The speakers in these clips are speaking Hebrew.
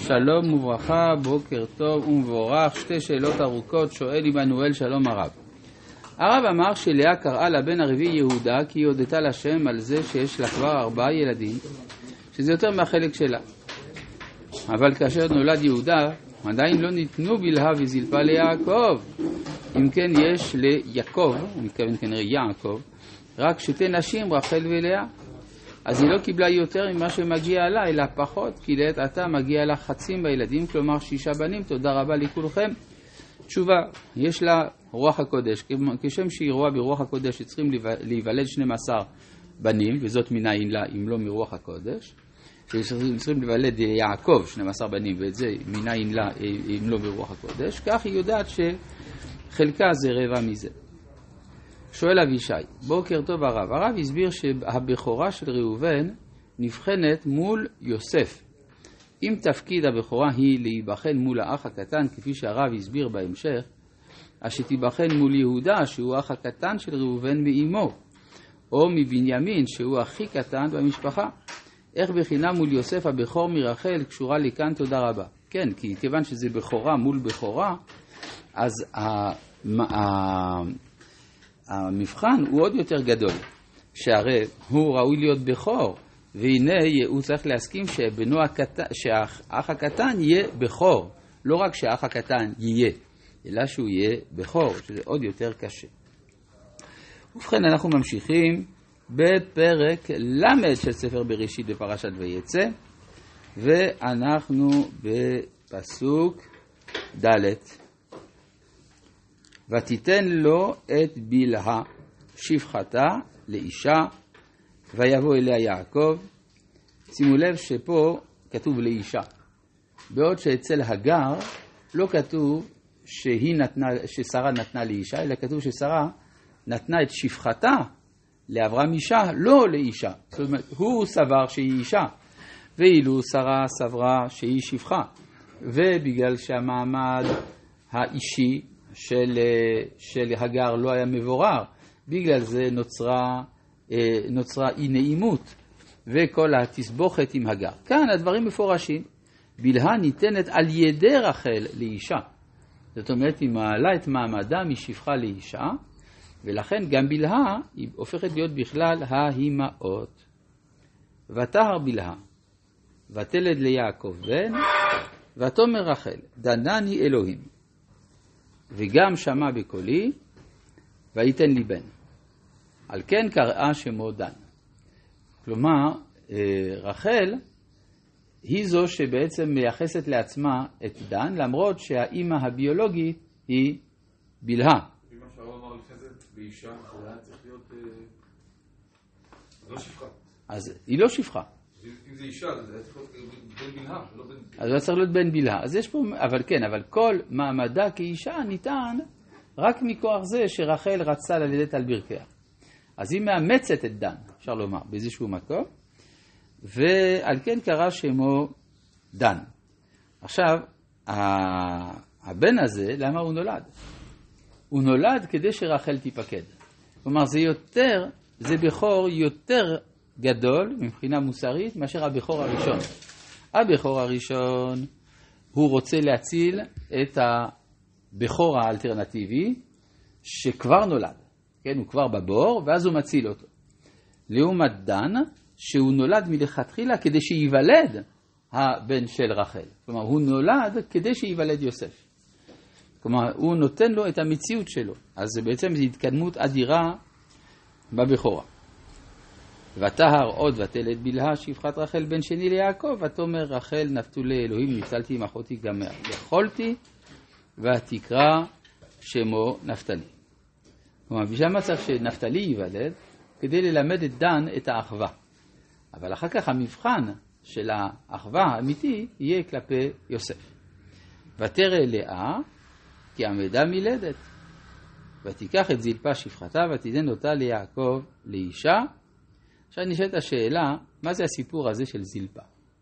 שלום וברכה, בוקר טוב ומבורך. שתי שאלות ארוכות, שואל עמנואל. שלום הרב. הרב אמר שלאה קראה לבן הרביעי יהודה כי היא הודתה לשם על זה שיש לה כבר 4 ילדים, שזה יותר מהחלק שלה. אבל כאשר נולד יהודה עדיין לא ניתנו בלהה וזלפה ליעקב. אם כן יש ליעקב, הוא מתכוון כנראה יעקב, רק 2 נשים, רחל ולאה. אז היא לא קיבלה יותר ממה שמגיע לה, אלא פחות, כי לעת עתה מגיע לה חצים בילדים, כלומר 6 בנים. תודה רבה לכולכם. תשובה, יש לה רוח הקודש, כשם שהיא רואה ברוח הקודש שצריכים להיוולד 12 בנים, וזאת מנין לה אם לא מרוח הקודש, שצריכים להיוולד יעקב 12 בנים, ואת זה מנין לה אם לא ברוח הקודש, כך היא יודעת שחלקה זה רבע מזה. שואל אבישי, בוקר טוב הרב. הרב הסביר שהבכורה של ראובן נבחנת מול יוסף. אם תפקיד הבכורה היא להיבחן מול האח הקטן, כפי שהרב הסביר בהמשך, אז שתיבחן מול יהודה, שהוא האח הקטן של ראובן מאמו, או מבנימין, שהוא הכי קטן במשפחה. איך בחינה מול יוסף הבכור מרחל קשורה לכאן? תודה רבה. כן, כי כיוון שזה בכורה מול בכורה, אז המבחן הוא עוד יותר גדול, שהרי הוא ראוי להיות בכור, והנה הוא צריך להסכים שהאח הקטן יהיה בכור, לא רק שהאח הקטן יהיה, אלא שהוא יהיה בכור, שזה עוד יותר קשה. ובכן אנחנו ממשיכים בפרק למד של ספר בראשית בפרשת ויצא, ואנחנו בפסוק ד'. ותיתן לו את בלהה שפחתה לאישה, ויבוא אליה יעקב. שימו לב שפה כתוב לאישה, בעוד שאצל הגר לא כתוב ששרה נתנה לאישה, אלא כתוב ששרה נתנה את שפחתה לאברהם אישה, לא לאישה. זאת אומרת, הוא סבר שהיא אישה, ואילו שרה סברה שהיא שפחה, ובגלל שהמעמד האישי של הגר לא היה מבורר, בגלל זה נוצרה אי נעימות וכל התסבוכת עם הגר. כאן הדברים מפורשים, בלהה ניתנת על ידי רחל לאישה, זאת אומרת היא מעלה את מעמדה משפחה לאישה, ולכן גם בלהה היא הופכת להיות בכלל האימהות. ותהר בלהה ותלד ליעקב בן, ותאמר רחל דנני אלוהים, וגם שמע בקולי ויתן לי בן, על כן קראה שמו דן. כלומר רחל היא זו שבעצם מייחסת לעצמה את דן, למרות שהאימא הביולוגית היא בלהה. אמא שהרב אמר לפני זה באישה, זה היה צריך להיות לא שפחה. אז היא לא שפחה. אם זה אישה, זה היה צריך להיות בן בלהה, לא בן... אז זה צריך להיות בן בלהה. אז יש פה, אבל כן, אבל כל מעמדה כאישה ניתן רק מכוח זה שרחל רצה ללדת על ברכיה. אז היא מאמצת את דן, אפשר לומר, באיזשהו מקום, ועל כן קרא שמו דן. עכשיו, הבן הזה, למה הוא נולד? הוא נולד כדי שרחל תיפקד. כלומר, זה בכור יותר גדול מבחינה מוסרית מאשר הבכור הראשון. הבכור הראשון הוא רוצה להציל את הבכור האלטרנטיבי שכבר נולד. כן, הוא כבר בבור ואז הוא מציל אותו. לעומת דן שהוא נולד מלכתחילה כדי שיוולד הבן של רחל. כלומר, הוא נולד כדי שיוולד יוסף. כלומר, הוא נותן לו את המציאות שלו. אז בעצם זו התקדמות אדירה בבכורה. ותהר עוד ותלד בלהה שפחת רחל בן שני ליעקב, ותאמר רחל נפתולי אלוהים ניצלתי עם אחותי גם יכולתי, ותקרא שמו נפתלי. כלומר, בשביל מה צריך שנפתלי ייוולד? כדי ללמד את דן את האחווה. אבל אחר כך המבחן של האחווה האמיתי יהיה כלפי יוסף. ותרא לאה כי עמדה מילדת, ותיקח את זלפה שפחתה ותיתן אותה ליעקב לאישה. עכשיו נשאלת השאלה, מה זה הסיפור הזה של זלפה?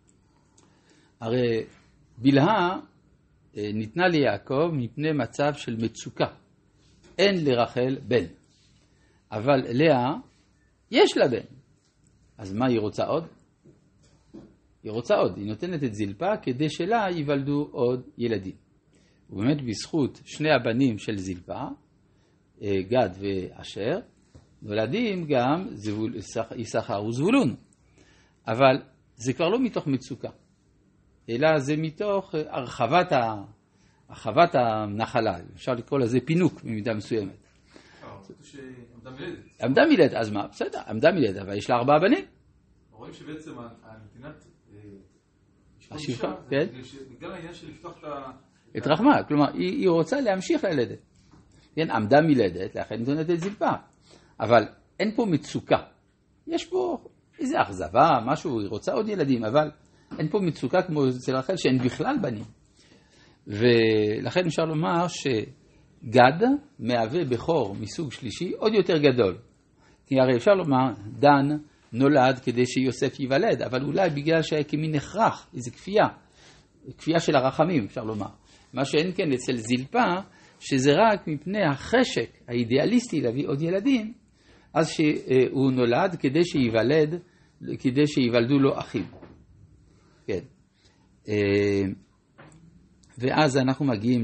הרי בלהה ניתנה ליעקב מפני מצב של מצוקה. אין לרחל בן. אבל לאה יש לה בן. אז מה היא רוצה עוד? היא היא רוצה עוד, היא נותנת את זילפה כדי שלה ייוולדו עוד ילדים. ובאמת בזכות שני הבנים של זילפה, גד ואשר, נולדים גם יששכר וזבולון. אבל זה כבר לא מתוך מצוקה, אלא זה מתוך הרחבת הנחלה. אפשר לקרוא לזה פינוק במידה מסוימת. רציתי שעמדה מילדת. עמדה מילדת, אז מה? בסדר, עמדה מילדת, אבל יש לה 4 בנים. רואים שבעצם הנתינת השפחה, כן? בגלל העניין של לפתוח את רחמה, כלומר, היא רוצה להמשיך ללדת. כן, עמדה מילדת, לכן נותנת את זילפה. אבל אין פה מצוקה. יש פה איזו אכזבה, משהו, היא רוצה עוד ילדים, אבל אין פה מצוקה כמו אצל רחל שאין בכלל בנים. ולכן אפשר לומר שגד מהווה בכור מסוג שלישי עוד יותר גדול. כי הרי אפשר לומר, דן נולד כדי שיוסף ייוולד, אבל אולי בגלל שהיה כמין הכרח, איזו כפייה של הרחמים, אפשר לומר. מה שאין כן אצל זילפה, שזה רק מפני החשק האידיאליסטי להביא עוד ילדים, אז שהוא נולד כדי שיוולדו לו אחים. כן. ואז אנחנו מגיעים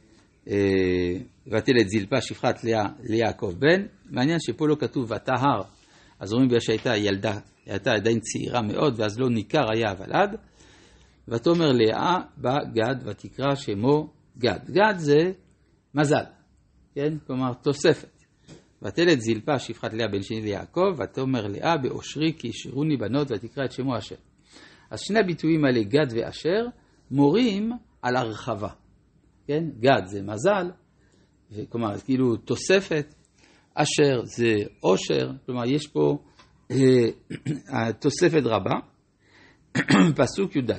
ותלד זילפה שפחת ליעקב בן. מעניין שפה לא כתוב ותהר, אז אומרים בגלל שהייתה ילדה, הייתה עדיין צעירה מאוד, ואז לא ניכר היה הוולד. ותאמר לאה בא גד ותקרא שמו גד. גד זה מזל, כן? כלומר תוספת. ותלד זילפה שפחת לאה בן שני ליעקב, ותאמר לאה באושרי כי ישרוני בנות ותקרא את שמו אשר. אז שני הביטויים האלה, גד ואשר, מורים על הרחבה. כן? גד זה מזל, כלומר כאילו תוספת, אשר זה אושר, כלומר יש פה תוספת רבה. פסוק י"ד.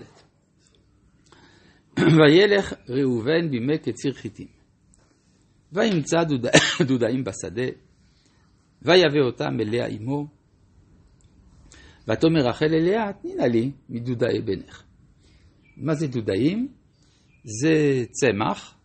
וילך ראובן בימי קציר חיטים, וימצא דודאים בשדה, ויבא אותם אליה אמו, ותאמר רחל אליה, תנינה לי מדודאי בנך. מה זה דודאים? זה צמח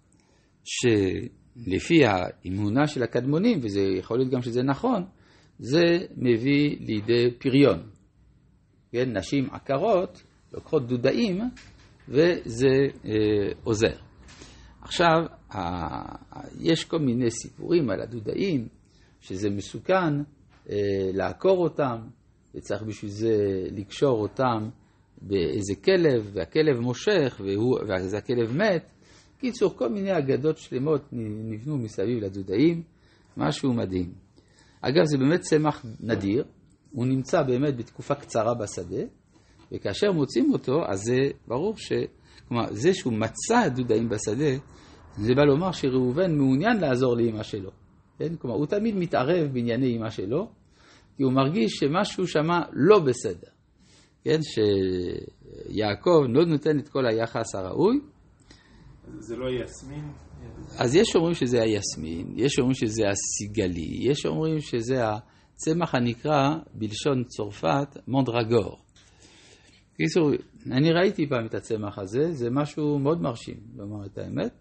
שלפי האמונה של הקדמונים, וזה יכול להיות גם שזה נכון, זה מביא לידי פריון. כן, נשים עקרות לוקחות דודאים וזה עוזר. עכשיו, יש כל מיני סיפורים על הדודאים, שזה מסוכן לעקור אותם, וצריך בשביל זה לקשור אותם באיזה כלב, והכלב מושך, ואז הכלב מת. קיצור, כל מיני אגדות שלמות נבנו מסביב לדודאים, משהו מדהים. אגב, זה באמת צמח נדיר, הוא נמצא באמת בתקופה קצרה בשדה, וכאשר מוצאים אותו, אז זה ברור כלומר, זה שהוא מצא דודאים בשדה, זה בא לומר שראובן מעוניין לעזור לאמא שלו. כן? כלומר, הוא תמיד מתערב בענייני אמא שלו, כי הוא מרגיש שמשהו שמה לא בסדר. כן? שיעקב לא נותן את כל היחס הראוי. זה לא יסמין? אז יש אומרים שזה היסמין, יש אומרים שזה הסיגלי, יש אומרים שזה הצמח הנקרא בלשון צרפת מונדרגור. קיצור, אני ראיתי פעם את הצמח הזה, זה משהו מאוד מרשים, לומר את האמת.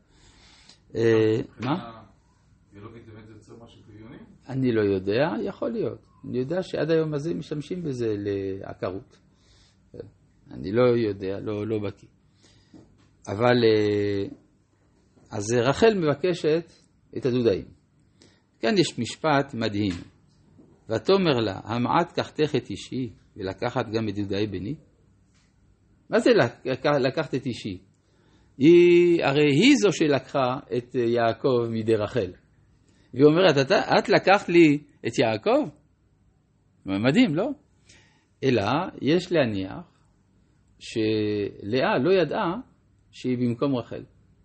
מה? ביולוגית באמת זה יוצר משהו חיוני? אני לא יודע, יכול להיות. אני יודע שעד היום הזה משתמשים בזה לעקרות. אני לא יודע, לא בקיא. אבל, אז רחל מבקשת את הדודאים. כאן יש משפט מדהים. ותאמר לה, המעט קחתך את אישי ולקחת גם את דודאי בני? מה זה לקחת את אישי? הרי היא זו שלקחה את יעקב מידי רחל. והיא אומרת, את לקחת לי את יעקב? מדהים, לא? אלא יש להניח שלאה לא ידעה שהיא במקום רחל.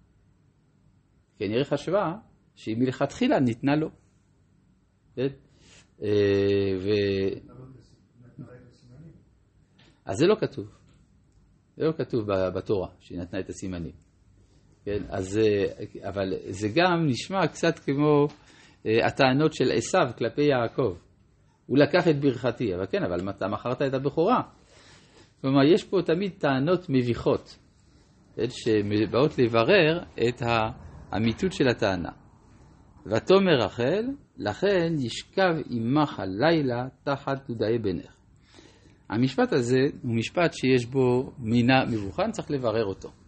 כנראה חשבה שהיא מלכתחילה ניתנה לו. אז זה לא כתוב. זה לא כתוב בתורה שהיא נתנה את הסימנים. כן? אז, אבל זה גם נשמע קצת כמו הטענות של עשיו כלפי יעקב. הוא לקח את ברכתי, אבל כן, אבל אתה מכרת את הבכורה. כלומר, יש פה תמיד טענות מביכות, שבאות לברר את האמיתות של הטענה. ותאמר רחל, לכן ישכב עמך הלילה תחת דודאי בנך. המשפט הזה הוא משפט שיש בו מינה מבוכן, צריך לברר אותו.